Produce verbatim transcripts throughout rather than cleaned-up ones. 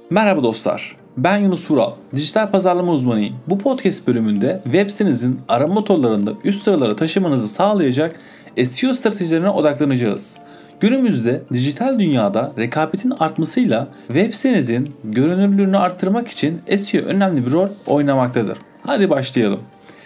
Merhaba dostlar, ben Yunus Vural, dijital pazarlama uzmanıyım. Bu podcast bölümünde web sitenizin arama motorlarında üst sıralara taşımanızı sağlayacak S E O stratejilerine odaklanacağız. Günümüzde dijital dünyada rekabetin artmasıyla web sitenizin görünürlüğünü arttırmak için S E O önemli bir rol oynamaktadır. Hadi başlayalım.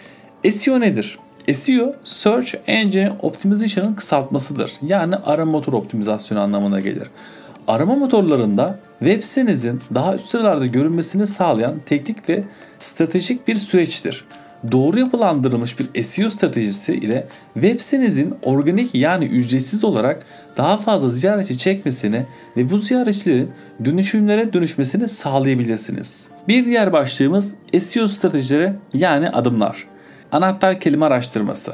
S E O nedir? S E O, Search Engine Optimization'ın kısaltmasıdır. Yani arama motoru optimizasyonu anlamına gelir. Arama motorlarında web sitenizin daha üst sıralarda görünmesini sağlayan teknik ve stratejik bir süreçtir. Doğru yapılandırılmış bir S E O stratejisi ile web sitenizin organik yani ücretsiz olarak daha fazla ziyaretçi çekmesini ve bu ziyaretçilerin dönüşümlere dönüşmesini sağlayabilirsiniz. Bir diğer başlığımız S E O stratejileri yani adımlar. Anahtar kelime araştırması.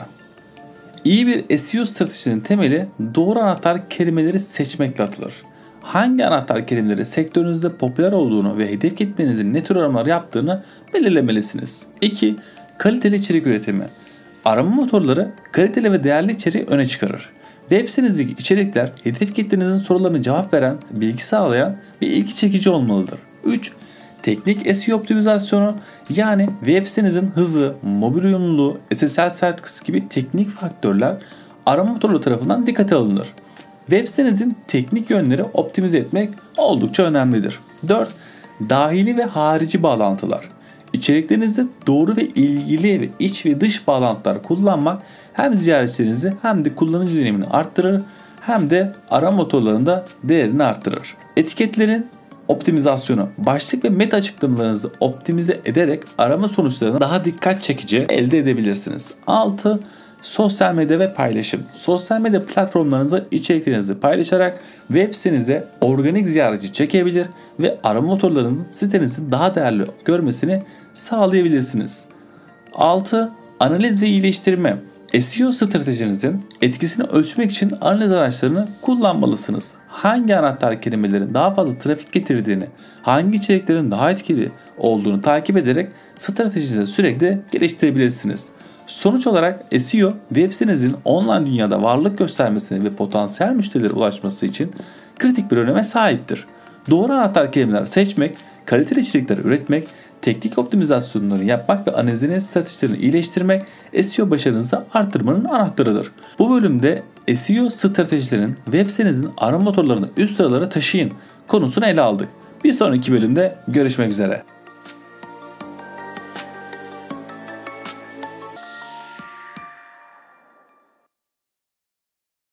İyi bir S E O stratejisinin temeli doğru anahtar kelimeleri seçmekle atılır. Hangi anahtar kelimeleri sektörünüzde popüler olduğunu ve hedef kitlenizin ne tür aramalar yaptığını belirlemelisiniz. iki. Kaliteli içerik üretimi. Arama motorları kaliteli ve değerli içeriği öne çıkarır. Web sitenizdeki içerikler hedef kitlenizin sorularına cevap veren, bilgi sağlayan ve ilgi çekici olmalıdır. üç. Teknik S E O optimizasyonu yani web sitenizin hızı, mobil uyumluluğu, S S L sertifikası gibi teknik faktörler arama motorları tarafından dikkate alınır. Web sitenizin teknik yönleri optimize etmek oldukça önemlidir. dört. Dahili ve harici bağlantılar. İçeriklerinizde doğru ve ilgili ve iç ve dış bağlantılar kullanmak hem ziyaretçilerinizi hem de kullanıcı deneyimini arttırır hem de arama motorlarında değerini arttırır. Etiketlerin optimizasyonu. Başlık ve meta açıklamalarınızı optimize ederek arama sonuçlarını daha dikkat çekici elde edebilirsiniz. altı. Sosyal medya ve paylaşım. Sosyal medya platformlarınızda içeriklerinizi paylaşarak web sitenize organik ziyaretçi çekebilir ve arama motorlarının sitenizin daha değerli görmesini sağlayabilirsiniz. altı. Analiz ve iyileştirme. S E O stratejinizin etkisini ölçmek için analiz araçlarını kullanmalısınız. Hangi anahtar kelimelerin daha fazla trafik getirdiğini, hangi içeriklerin daha etkili olduğunu takip ederek stratejinizi sürekli geliştirebilirsiniz. Sonuç olarak S E O, web sitenizin online dünyada varlık göstermesini ve potansiyel müşterilere ulaşması için kritik bir öneme sahiptir. Doğru anahtar kelimeler seçmek, kaliteli içerikler üretmek, teknik optimizasyonları yapmak ve analizlerin stratejilerini iyileştirmek S E O başarınızı artırmanın anahtarıdır. Bu bölümde S E O stratejilerin web sitenizin arama motorlarını üst sıralara taşıyın konusunu ele aldık. Bir sonraki bölümde görüşmek üzere.